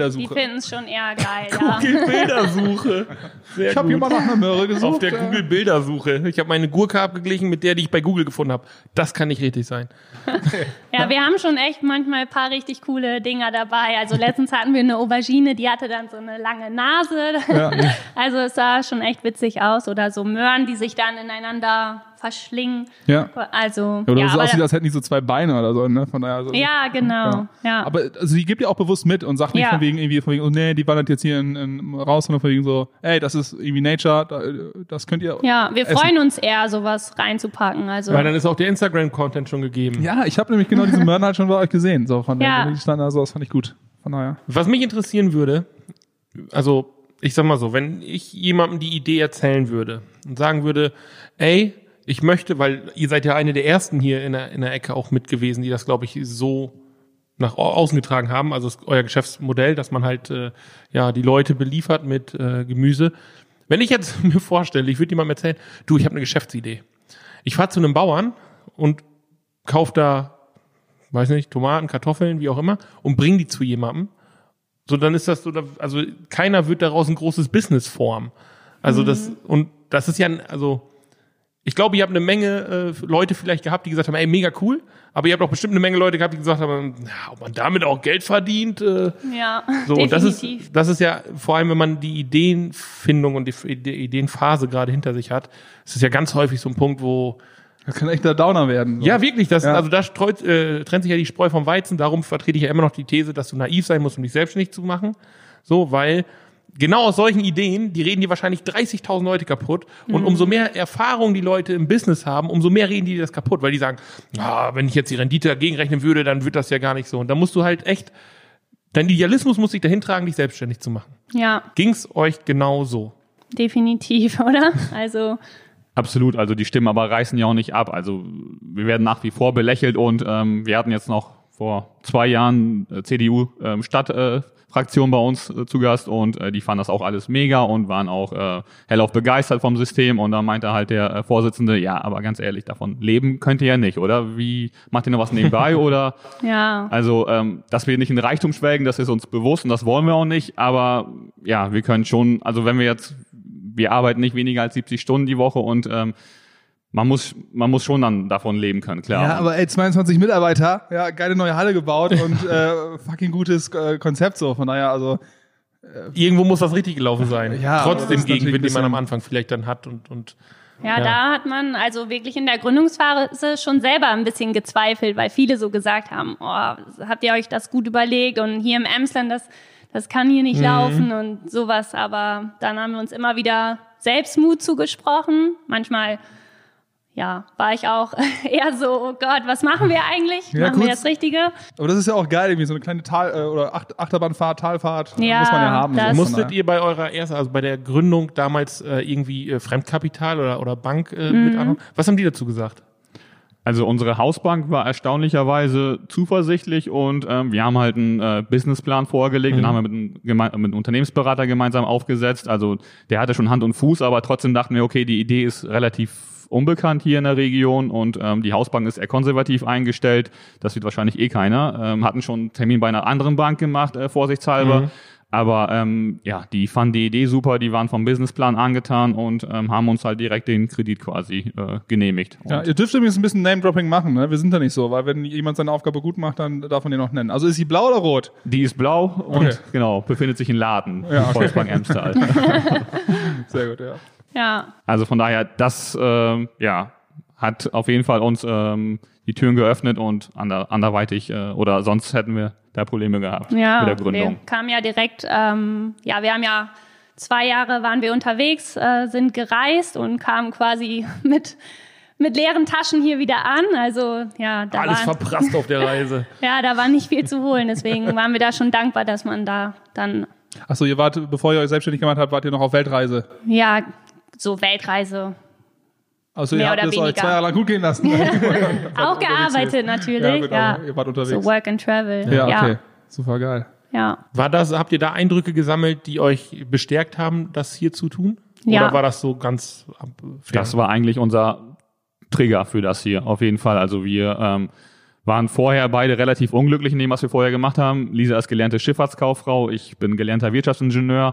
es schon eher geil, ja. Google-Bildersuche. Ich habe hier mal nach einer Möhre gesucht. Auf der Google-Bildersuche. Ich habe meine Gurke abgeglichen mit der, die ich bei Google gefunden habe. Das kann nicht richtig sein. Ja, wir haben schon echt manchmal ein paar richtig coole Dinger dabei. Also letztens hatten wir eine Aubergine, die hatte dann so eine lange Nase. Ja. Also es sah schon echt witzig aus. Oder so Möhren, die sich dann ineinander verschlingen. Ja. Also, ja, oder so aussieht, als hätten die so 2 Beine oder so, ne? Von daher so. Ja, genau. Ja. Aber also die gibt ihr auch bewusst mit und sagt nicht von wegen, oh nee, die wandert jetzt hier raus, sondern von wegen so, ey, das ist irgendwie Nature, das könnt ihr. Ja, wir freuen uns eher, sowas reinzupacken. Also. Weil dann ist auch der Instagram-Content schon gegeben. Ja, ich habe nämlich genau diese Möhren halt schon bei euch gesehen. So von der die standen da so, das fand ich gut. Von daher. Was mich interessieren würde, also ich sag mal so, wenn ich jemandem die Idee erzählen würde und sagen würde, ey, ich möchte, weil ihr seid ja eine der ersten hier in der Ecke auch mit gewesen, die das, glaube ich, so nach außen getragen haben. Also ist euer Geschäftsmodell, dass man halt die Leute beliefert mit Gemüse. Wenn ich jetzt mir vorstelle, ich würde jemandem erzählen, du, ich habe eine Geschäftsidee. Ich fahre zu einem Bauern und kaufe da, weiß nicht, Tomaten, Kartoffeln, wie auch immer, und bringe die zu jemandem. So, dann ist das so, also keiner wird daraus ein großes Business formen. Also das ist ja, also ich glaube, ihr habt eine Menge Leute vielleicht gehabt, die gesagt haben, ey, mega cool, aber ihr habt auch bestimmt eine Menge Leute gehabt, die gesagt haben, ob man damit auch Geld verdient. Ja, so, definitiv. Und das ist ja, vor allem wenn man die Ideenfindung und die Ideenphase gerade hinter sich hat, ist es ja ganz häufig so ein Punkt, wo das kann echt der Downer werden. So. Ja, wirklich. Also da trennt sich ja die Spreu vom Weizen. Darum vertrete ich ja immer noch die These, dass du naiv sein musst, um dich selbstständig zu machen. So, weil genau aus solchen Ideen, die reden dir wahrscheinlich 30.000 Leute kaputt. Und umso mehr Erfahrung die Leute im Business haben, umso mehr reden die das kaputt. Weil die sagen, wenn ich jetzt die Rendite dagegen rechnen würde, dann wird das ja gar nicht so. Und da musst du halt echt, dein Idealismus muss dich dahin tragen, dich selbstständig zu machen. Ja. Ging's euch genau so? Definitiv, oder? Also... Absolut, also die Stimmen aber reißen ja auch nicht ab. Also wir werden nach wie vor belächelt und wir hatten jetzt noch vor 2 Jahren CDU-Stadtfraktion bei uns zu Gast und die fanden das auch alles mega und waren auch hellauf begeistert vom System und da meinte halt der Vorsitzende, ja, aber ganz ehrlich, davon leben könnt ihr ja nicht, oder? Wie, macht ihr noch was nebenbei oder? Ja. Also, dass wir nicht in Reichtum schwelgen, das ist uns bewusst und das wollen wir auch nicht, aber ja, wir können schon, also wenn wir arbeiten nicht weniger als 70 Stunden die Woche und man muss schon dann davon leben können, klar. Ja, aber 22 Mitarbeiter, ja, geile neue Halle gebaut und fucking gutes Konzept so, von daher, also irgendwo muss das richtig gelaufen sein. Ja, trotz dem Gegenwind, den man am Anfang vielleicht dann hat und ja, da hat man also wirklich in der Gründungsphase schon selber ein bisschen gezweifelt, weil viele so gesagt haben, habt ihr euch das gut überlegt und hier im Emsland, das kann hier nicht laufen und sowas. Aber dann haben wir uns immer wieder Selbstmut zugesprochen. Manchmal, war ich auch eher so, oh Gott, was machen wir eigentlich? Ja, machen wir das Richtige? Aber das ist ja auch geil, irgendwie so eine kleine oder Achterbahnfahrt, Talfahrt, ja, muss man ja haben. So. Musstet ihr bei eurer also bei der Gründung damals irgendwie Fremdkapital oder Bank mit anhaben? Was haben die dazu gesagt? Also unsere Hausbank war erstaunlicherweise zuversichtlich und wir haben halt einen Businessplan vorgelegt, den haben wir mit einem Unternehmensberater gemeinsam aufgesetzt. Also der hatte schon Hand und Fuß, aber trotzdem dachten wir, okay, die Idee ist relativ unbekannt hier in der Region und die Hausbank ist eher konservativ eingestellt. Das wird wahrscheinlich keiner. Hatten schon einen Termin bei einer anderen Bank gemacht, vorsichtshalber. Aber die fanden die Idee super, die waren vom Businessplan angetan und haben uns halt direkt den Kredit quasi genehmigt. Ja, ihr dürft übrigens ein bisschen Name-Dropping machen, ne? Wir sind da nicht so, weil wenn jemand seine Aufgabe gut macht, dann darf man den auch nennen. Also ist sie blau oder rot? Die ist blau und genau, befindet sich in Laden, Volksbank Emstal. Sehr gut, ja. Ja. Also von daher, das hat auf jeden Fall uns die Türen geöffnet und anderweitig oder sonst hätten wir da Probleme gehabt mit der Gründung. Wir kamen ja direkt, wir haben ja 2 Jahre waren wir unterwegs, sind gereist und kamen quasi mit leeren Taschen hier wieder an. Also da alles verprasst auf der Reise. Ja, da war nicht viel zu holen. Deswegen waren wir da schon dankbar, dass man da dann. Achso, ihr wart, bevor ihr euch selbstständig gemacht habt, wart ihr noch auf Weltreise? Ja, so Weltreise. Also ihr habt es euch 2 Jahre lang gut gehen lassen. Auch gearbeitet natürlich. Ja, ihr wart unterwegs. So Work and Travel. Ja, okay. Super geil. Ja. Habt ihr da Eindrücke gesammelt, die euch bestärkt haben, das hier zu tun? Ja. Oder war das so ganz fern? Das war eigentlich unser Trigger für das hier, auf jeden Fall. Also wir waren vorher beide relativ unglücklich in dem, was wir vorher gemacht haben. Lisa ist gelernte Schifffahrtskauffrau, ich bin gelernter Wirtschaftsingenieur.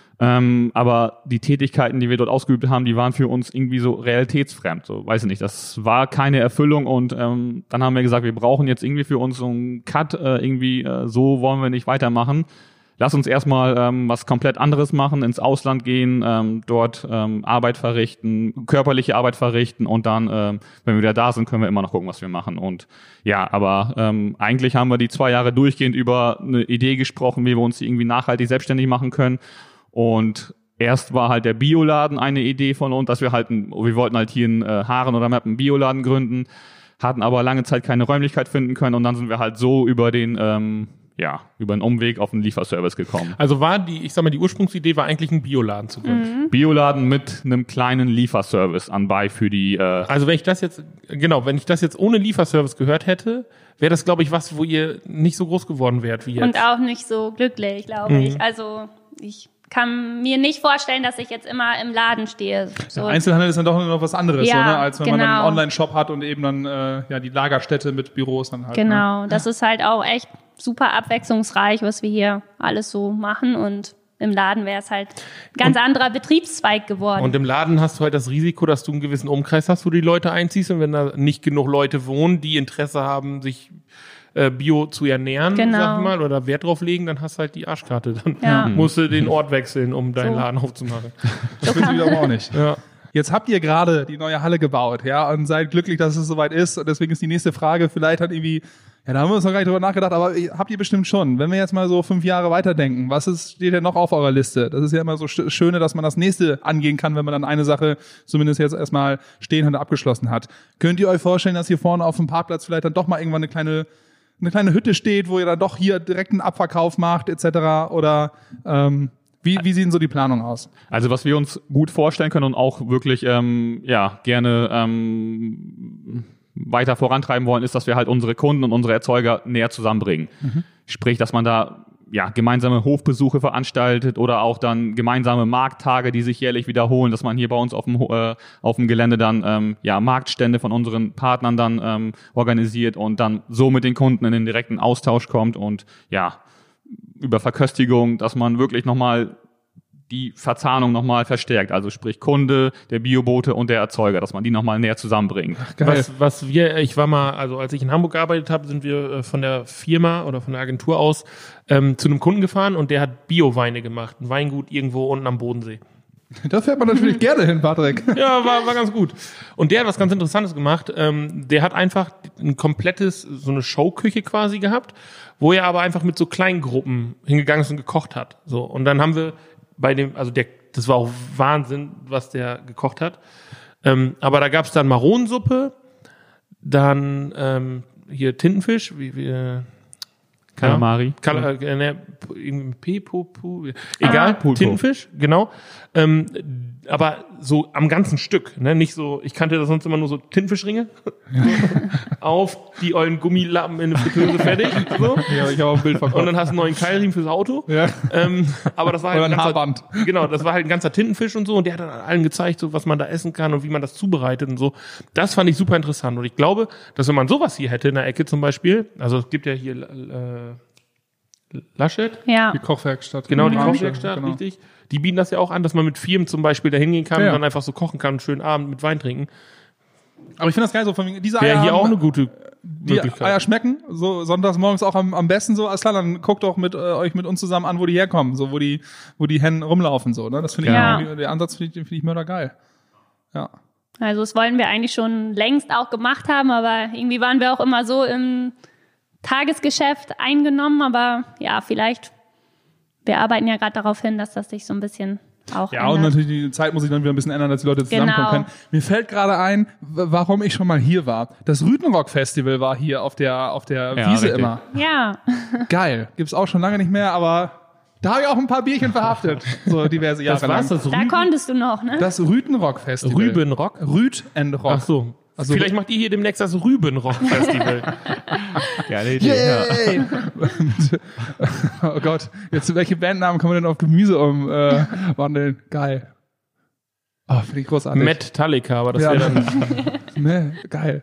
Aber die Tätigkeiten, die wir dort ausgeübt haben, die waren für uns irgendwie so realitätsfremd. So, weiß ich nicht, das war keine Erfüllung und dann haben wir gesagt, wir brauchen jetzt irgendwie für uns so einen Cut, so wollen wir nicht weitermachen. Lass uns erstmal was komplett anderes machen, ins Ausland gehen, dort Arbeit verrichten, körperliche Arbeit verrichten und dann, wenn wir wieder da sind, können wir immer noch gucken, was wir machen. Und aber eigentlich haben wir die 2 Jahre durchgehend über eine Idee gesprochen, wie wir uns irgendwie nachhaltig selbstständig machen können. Und erst war halt der Bioladen eine Idee von uns, dass wir wollten halt hier in Haaren oder Meppen einen Bioladen gründen, hatten aber lange Zeit keine Räumlichkeit finden können und dann sind wir halt so über den Umweg auf den Lieferservice gekommen. Also die Ursprungsidee war eigentlich ein Bioladen zu gründen. Bioladen mit einem kleinen Lieferservice anbei für die. Also wenn ich das jetzt ohne Lieferservice gehört hätte, wäre das, glaube ich, was, wo ihr nicht so groß geworden wärt wie jetzt. Und auch nicht so glücklich, glaube ich. Also ich kann mir nicht vorstellen, dass ich jetzt immer im Laden stehe. So. Einzelhandel ist dann doch noch was anderes, ja, so, ne? Als wenn man dann einen Online-Shop hat und eben dann die Lagerstätte mit Büros dann halt. Genau, ne? Das ist halt auch echt super abwechslungsreich, was wir hier alles so machen und im Laden wäre es halt ein ganz anderer Betriebszweig geworden. Und im Laden hast du halt das Risiko, dass du einen gewissen Umkreis hast, wo die Leute einziehst und wenn da nicht genug Leute wohnen, die Interesse haben, sich Bio zu ernähren, sag ich mal, oder Wert drauf legen, dann hast du halt die Arschkarte. Dann musst du den Ort wechseln, um deinen Laden aufzumachen. Das will ich wiederum auch nicht. Ja. Jetzt habt ihr gerade die neue Halle gebaut, und seid glücklich, dass es soweit ist. Und deswegen ist die nächste Frage vielleicht halt irgendwie, da haben wir uns noch gar nicht drüber nachgedacht, aber habt ihr bestimmt schon. Wenn wir jetzt mal so 5 Jahre weiterdenken, steht denn noch auf eurer Liste? Das ist ja immer so Schöne, dass man das nächste angehen kann, wenn man dann eine Sache zumindest jetzt erstmal stehen und abgeschlossen hat. Könnt ihr euch vorstellen, dass hier vorne auf dem Parkplatz vielleicht dann doch mal irgendwann eine kleine Hütte steht, wo ihr dann doch hier direkt einen Abverkauf macht, etc. Oder wie sehen so die Planungen aus? Also was wir uns gut vorstellen können und auch wirklich gerne weiter vorantreiben wollen, ist, dass wir halt unsere Kunden und unsere Erzeuger näher zusammenbringen. Sprich, dass man da gemeinsame Hofbesuche veranstaltet oder auch dann gemeinsame Markttage, die sich jährlich wiederholen, dass man hier bei uns auf dem Gelände dann Marktstände von unseren Partnern dann organisiert und dann so mit den Kunden in den direkten Austausch kommt und über Verköstigung, dass man wirklich nochmal die Verzahnung nochmal verstärkt, also sprich Kunde, der Biobote und der Erzeuger, dass man die nochmal näher zusammenbringt. Ich war mal, also als ich in Hamburg gearbeitet habe, sind wir von der Firma oder von der Agentur aus zu einem Kunden gefahren und der hat Bio-Weine gemacht, ein Weingut irgendwo unten am Bodensee. Da fährt man natürlich gerne hin, Patrick. Ja, war ganz gut. Und der hat was ganz Interessantes gemacht. Der hat einfach ein komplettes, so eine Showküche quasi gehabt, wo er aber einfach mit so kleinen Gruppen hingegangen ist und gekocht hat. So. Und dann haben wir das war auch Wahnsinn, was der gekocht hat. Aber da gab's dann Maronensuppe, dann hier Tintenfisch, Kalamari. Egal, Tintenfisch, genau. Aber so am ganzen Stück, ne? Nicht so, ich kannte das sonst immer nur so Tintenfischringe. Auf die ollen Gummilappen in eine Fritteuse fertig. So. Ja, ich habe auch ein Bild verkauft. Und dann hast du einen neuen Keilriemen fürs Auto. Ja. Aber das war halt Oder ein Haarband. Genau, das war halt ein ganzer Tintenfisch und so. Und der hat dann allen gezeigt, so was man da essen kann und wie man das zubereitet und so. Das fand ich super interessant. Und ich glaube, dass wenn man sowas hier hätte in der Ecke zum Beispiel, also es gibt ja hier Laschet. Ja. Die Kochwerkstatt. Genau, die Ja, Kochwerkstatt, genau. richtig. Die bieten das ja auch an, dass man mit Firmen zum Beispiel da hingehen kann Ja. und dann einfach so kochen kann, einen schönen Abend mit Wein trinken. Aber ich finde das geil, so von wegen, diese Wäre Eier hier auch haben- eine gute die Möglichkeit. Eier schmecken, so sonntags morgens auch am besten so. Alles klar, dann guckt doch mit euch mit uns zusammen an, wo die herkommen, so wo die Hennen rumlaufen, so. Ne? Das finde ich Ja. irgendwie- der Ansatz finde ich mördergeil. Ja. Also das wollen wir eigentlich schon längst auch gemacht haben, aber irgendwie waren wir auch immer so im Tagesgeschäft eingenommen. Aber ja, vielleicht, wir arbeiten ja gerade darauf hin, dass das sich so ein bisschen auch Ja, und ändert. natürlich die Zeit muss sich dann wieder ein bisschen ändern, dass die Leute zusammenkommen Genau. können. Mir fällt gerade ein, warum ich schon mal hier war. Das Rütenrock-Festival war hier auf der Ja, Wiese richtig. immer. Ja, Geil. Gibt's auch schon lange nicht mehr, aber da habe ich auch ein paar Bierchen verhaftet. So diverse Jahre Das war's, lang. das da konntest du noch, ne? Das Rütenrock-Festival. Rübenrock? Rüd and Rock. Ach so. Also- Vielleicht macht ihr hier demnächst das Rübenrock-Festival. Ja, die Idee, ja. Yay! Und, oh Gott, jetzt welche Bandnamen kann man denn auf Gemüse umwandeln? Geil. Oh, finde ich großartig. Metallica, aber das Ja. wäre dann... Ne, geil.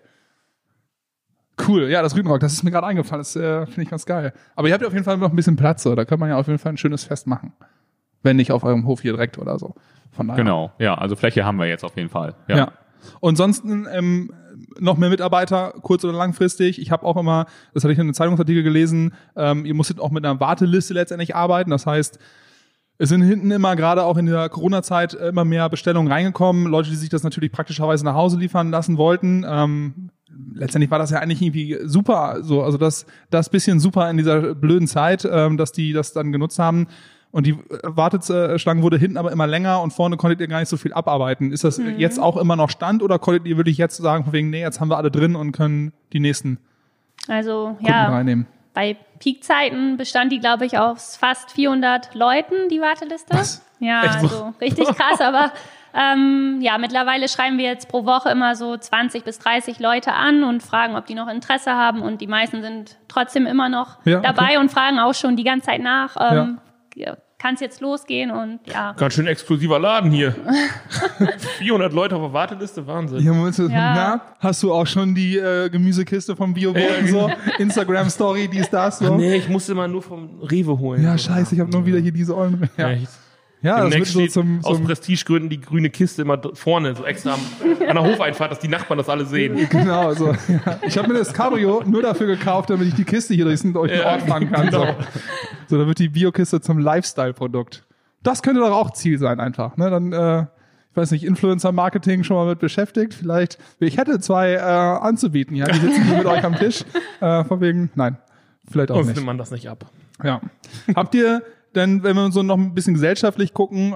Cool, ja, das Rüdenrock, das ist mir gerade eingefallen, das finde ich ganz geil. Aber ihr habt ja auf jeden Fall noch ein bisschen Platz, so. Da kann man ja auf jeden Fall ein schönes Fest machen. Wenn nicht auf eurem Hof hier direkt oder so. Von daher. Genau, ja, also Fläche haben wir jetzt auf jeden Fall. Ja. Und sonst noch mehr Mitarbeiter, kurz- oder langfristig. Ich habe auch immer, das hatte ich in einem Zeitungsartikel gelesen, ihr musstet auch mit einer Warteliste letztendlich arbeiten. Das heißt, es sind hinten immer, gerade auch in der Corona-Zeit, immer mehr Bestellungen reingekommen. Leute, die sich das natürlich praktischerweise nach Hause liefern lassen wollten. Letztendlich war das ja eigentlich irgendwie super, so, also das bisschen super in dieser blöden Zeit, dass die das dann genutzt haben. Und die Warteschlange wurde hinten aber immer länger und vorne konntet ihr gar nicht so viel abarbeiten. Ist das jetzt auch immer noch Stand oder konntet ihr wirklich jetzt sagen, von wegen, nee, jetzt haben wir alle drin und können die nächsten Also Kunden ja, reinnehmen? bei Peakzeiten bestand die, glaube ich, aus fast 400 Leuten, die Warteliste. Was? Ja, Echt so? also richtig krass, aber ja, mittlerweile schreiben wir jetzt pro Woche immer so 20 bis 30 Leute an und fragen, ob die noch Interesse haben, und die meisten sind trotzdem immer noch Ja, dabei okay. und fragen auch schon die ganze Zeit nach, Ja. kann es jetzt losgehen, und ja. Ganz schön exklusiver Laden hier. 400 Leute auf der Warteliste, Wahnsinn. Ja, Moment, Ja. Na, hast du auch schon die Gemüsekiste vom Bioboden so? Instagram-Story, dies, das so? Nee, ich musste mal nur vom Rewe holen. Ja, scheiße, ich habe nur wieder hier diese Eulen. Ja, Echt. ja das wird Demnächst so steht zum aus Prestigegründen die grüne Kiste immer vorne, so extra an der Hofeinfahrt, dass die Nachbarn das alle sehen. genau, so. Ja. Ich habe mir das Cabrio nur dafür gekauft, damit ich die Kiste hier durch den Ort fahren kann. genau. So, da wird die Biokiste zum Lifestyle-Produkt. Das könnte doch auch Ziel sein einfach. Ne? Dann, ich weiß nicht, Influencer-Marketing schon mal mit beschäftigt. Vielleicht, ich hätte 2 anzubieten. Ja, die sitzen hier mit euch am Tisch. Von wegen, nein, vielleicht auch Uns nicht. nimmt man das nicht ab. Ja. Habt ihr denn, wenn wir so noch ein bisschen gesellschaftlich gucken,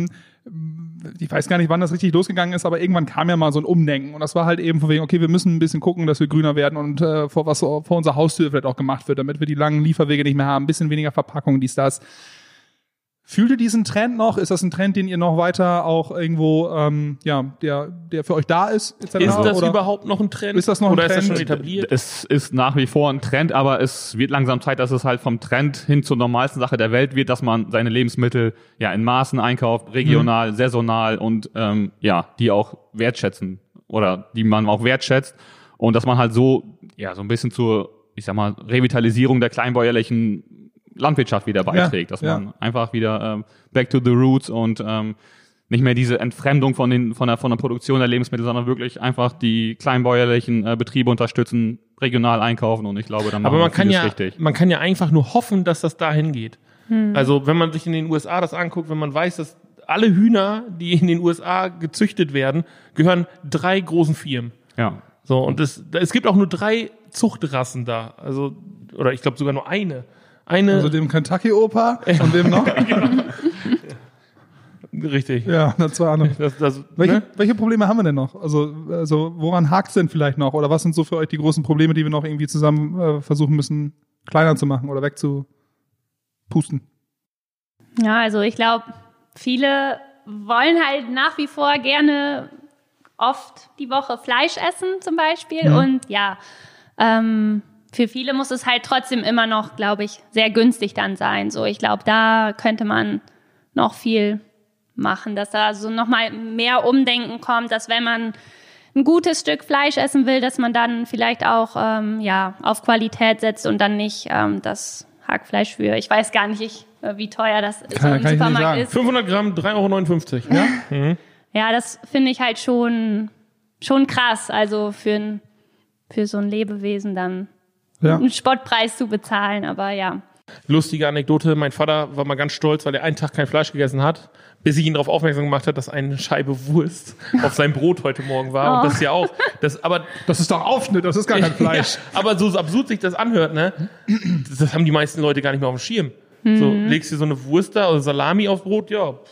ich weiß gar nicht, wann das richtig losgegangen ist, aber irgendwann kam ja mal so ein Umdenken, und das war halt eben von wegen, okay, wir müssen ein bisschen gucken, dass wir grüner werden und was so vor unserer Haustür vielleicht auch gemacht wird, damit wir die langen Lieferwege nicht mehr haben, ein bisschen weniger Verpackung, dies, das. Fühlt ihr diesen Trend noch? Ist das ein Trend, den ihr noch weiter auch irgendwo, der für euch da ist? Etc.? Ist das Oder überhaupt noch ein Trend? Ist das noch ein Oder ist das Trend? schon etabliert? Es ist nach wie vor ein Trend, aber es wird langsam Zeit, dass es halt vom Trend hin zur normalsten Sache der Welt wird, dass man seine Lebensmittel ja in Maßen einkauft, regional, saisonal und die auch wertschätzen oder die man auch wertschätzt, und dass man halt so ein bisschen zur, ich sag mal, Revitalisierung der kleinbäuerlichen Landwirtschaft wieder beiträgt, dass man einfach wieder back to the roots und nicht mehr diese Entfremdung von der Produktion der Lebensmittel, sondern wirklich einfach die kleinbäuerlichen Betriebe unterstützen, regional einkaufen, und ich glaube, dann machen Aber wir vieles richtig. man kann ja einfach nur hoffen, dass das dahin geht. Also wenn man sich in den USA das anguckt, wenn man weiß, dass alle Hühner, die in den USA gezüchtet werden, gehören 3 großen Firmen. Ja. So, und es gibt auch nur 3 Zuchtrassen da. Also, oder ich glaube sogar nur eine. also dem Kentucky-Opa und dem noch? Richtig. Ja, und dann 2 andere. Ne? Welche Probleme haben wir denn noch? Also woran hakt's denn vielleicht noch? Oder was sind so für euch die großen Probleme, die wir noch irgendwie zusammen versuchen müssen kleiner zu machen oder wegzupusten? Ja, also ich glaube, viele wollen halt nach wie vor gerne oft die Woche Fleisch essen zum Beispiel. Und für viele muss es halt trotzdem immer noch, glaube ich, sehr günstig dann sein. So, ich glaube, da könnte man noch viel machen, dass da so nochmal mehr Umdenken kommt, dass wenn man ein gutes Stück Fleisch essen will, dass man dann vielleicht auch auf Qualität setzt und dann nicht das Hackfleisch für, ich weiß gar nicht, wie teuer das so im Supermarkt ist. 500 Gramm, 3,59 €. Ja? Mhm. Ja, das finde ich halt schon krass, also für so ein Lebewesen dann einen Spottpreis zu bezahlen, aber ja. Lustige Anekdote, mein Vater war mal ganz stolz, weil er einen Tag kein Fleisch gegessen hat, bis ich ihn darauf aufmerksam gemacht habe, dass eine Scheibe Wurst auf seinem Brot heute Morgen war. Und das ist ja auch, das ist doch Aufschnitt, das ist gar kein Fleisch. Ja, aber so absurd sich das anhört, ne? Das haben die meisten Leute gar nicht mehr auf dem Schirm. So, legst dir so eine Wurst da oder Salami aufs Brot,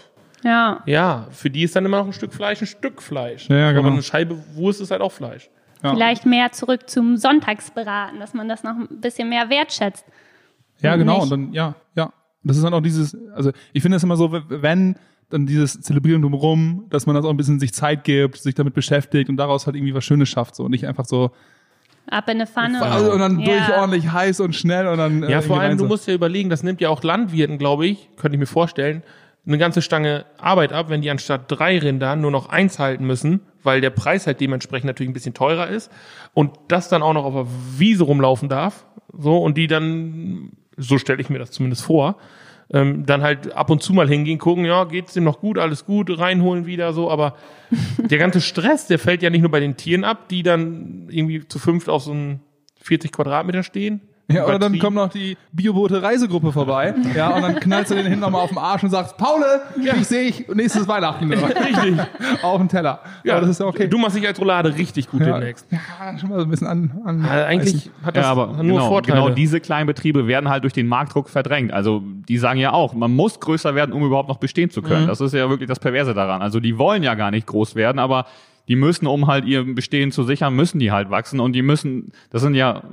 ja, für die ist dann immer noch ein Stück Fleisch. Ja, genau. Aber eine Scheibe Wurst ist halt auch Fleisch. Ja. Vielleicht mehr zurück zum Sonntagsbraten, dass man das noch ein bisschen mehr wertschätzt. Ja, genau. Und dann, ja. Das ist dann auch dieses, also ich finde es immer so, wenn dann dieses Zelebrieren drumherum, dass man das auch ein bisschen sich Zeit gibt, sich damit beschäftigt und daraus halt irgendwie was Schönes schafft. So. Und nicht einfach so ab in eine Pfanne. Und dann durch ordentlich heiß und schnell und dann. Ja, vor allem, du musst ja überlegen, das nimmt ja auch Landwirten, glaube ich, könnte ich mir vorstellen, eine ganze Stange Arbeit ab, wenn die anstatt 3 Rinder nur noch 1 halten müssen, weil der Preis halt dementsprechend natürlich ein bisschen teurer ist und das dann auch noch auf der Wiese rumlaufen darf, so, und die dann, so stelle ich mir das zumindest vor, dann halt ab und zu mal hingehen, gucken, ja, geht's dem noch gut, alles gut, reinholen wieder, so, aber der ganze Stress, der fällt ja nicht nur bei den Tieren ab, die dann irgendwie zu 5 auf so einen 40 Quadratmeter stehen. Ja, oder dann kommt noch die Bioboote-Reisegruppe vorbei, ja, und dann knallst du den hinten nochmal auf den Arsch und sagst, Paule, ich sehe ich nächstes Weihnachten. Richtig. Auf dem Teller. Ja, aber das ist ja okay. Du machst dich als Roulade richtig gut demnächst. Ja, schon mal so ein bisschen an eigentlich hat das nur genau, Vorteile. Genau, diese kleinen Betriebe werden halt durch den Marktdruck verdrängt. Also die sagen ja auch, man muss größer werden, um überhaupt noch bestehen zu können. Das ist ja wirklich das Perverse daran. Also die wollen ja gar nicht groß werden, aber die müssen, um halt ihr Bestehen zu sichern, müssen die halt wachsen und die müssen, das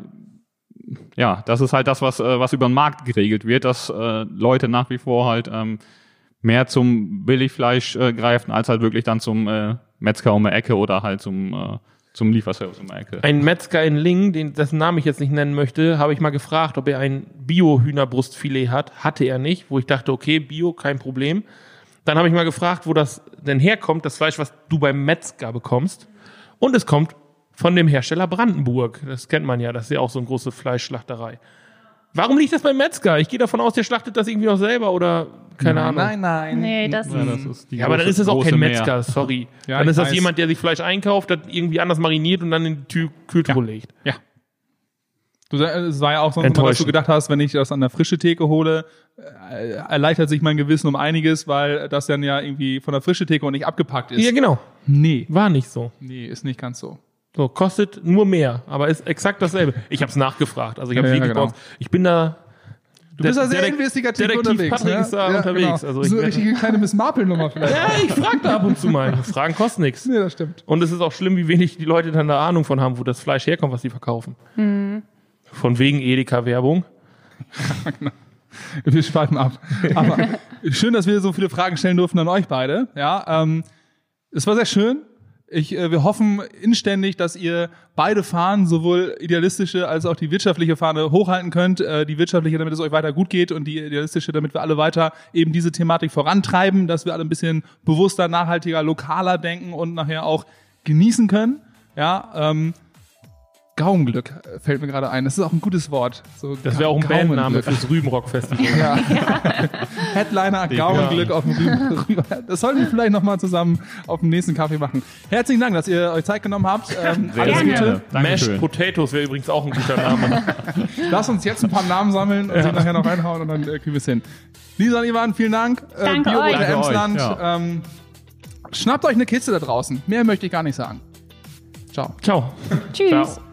ist halt das, was über den Markt geregelt wird, dass Leute nach wie vor halt mehr zum Billigfleisch greifen, als halt wirklich dann zum Metzger um die Ecke oder halt zum Lieferservice um die Ecke. Ein Metzger in Lingen, dessen Namen ich jetzt nicht nennen möchte, habe ich mal gefragt, ob er ein Bio-Hühnerbrustfilet hat. Hatte er nicht, wo ich dachte, okay, Bio, kein Problem. Dann habe ich mal gefragt, wo das denn herkommt, das Fleisch, was du beim Metzger bekommst. Und es kommt von dem Hersteller Brandenburg. Das kennt man ja, das ist ja auch so eine große Fleischschlachterei. Warum liegt das beim Metzger? Ich gehe davon aus, der schlachtet das irgendwie noch selber oder keine Ahnung. Nein. Nee, das ist aber dann ist es auch kein Metzger, Mehr. sorry. Ja, dann ist das weiß. jemand, der sich Fleisch einkauft, das irgendwie anders mariniert und dann in die Kühltruhe legt. Ja. Es war ja auch so, dass Enttäuschend. du gedacht hast, wenn ich das an der frische Theke hole, erleichtert sich mein Gewissen um einiges, weil das dann ja irgendwie von der frische Theke und nicht abgepackt ist. Ja, genau. Nee. War nicht so. Nee, ist nicht ganz so. So, kostet nur mehr, aber ist exakt dasselbe. Ich habe es nachgefragt. Also ich habe wirklich genau. bei uns. Ich bin da. Du bist da sehr investigativ Detektiv unterwegs. Patrick ist da unterwegs. Genau. Also so ich eine richtige kleine Miss Marple-Nummer vielleicht. ja, ich frage da ab und zu mal. Fragen kosten nichts. Nee, das stimmt. Und es ist auch schlimm, wie wenig die Leute dann da Ahnung von haben, wo das Fleisch herkommt, was sie verkaufen. Von wegen Edeka-Werbung. Wir schweifen ab. Aber schön, dass wir so viele Fragen stellen durften an euch beide. Ja, es war sehr schön. Wir hoffen inständig, dass ihr beide Fahnen, sowohl idealistische als auch die wirtschaftliche Fahne, hochhalten könnt. Die wirtschaftliche, damit es euch weiter gut geht, und die idealistische, damit wir alle weiter eben diese Thematik vorantreiben, dass wir alle ein bisschen bewusster, nachhaltiger, lokaler denken und nachher auch genießen können. Ja, Gaumenglück fällt mir gerade ein. Das ist auch ein gutes Wort. So, Das wäre auch ein Bandname fürs Rübenrock-Festival. Ja. Headliner Gaumenglück auf dem Rüben. Das sollten wir vielleicht nochmal zusammen auf dem nächsten Kaffee machen. Herzlichen Dank, dass ihr euch Zeit genommen habt. Alles Gute. Mashed Dankeschön. Potatoes wäre übrigens auch ein guter Name. Lass uns jetzt ein paar Namen sammeln und sie nachher noch reinhauen und dann kriegen wir es hin. Lisa und Ivan, vielen Dank. Danke Bioboote euch. Emsland. Ja. Schnappt euch eine Kiste da draußen. Mehr möchte ich gar nicht sagen. Ciao. Ciao. Tschüss. Ciao.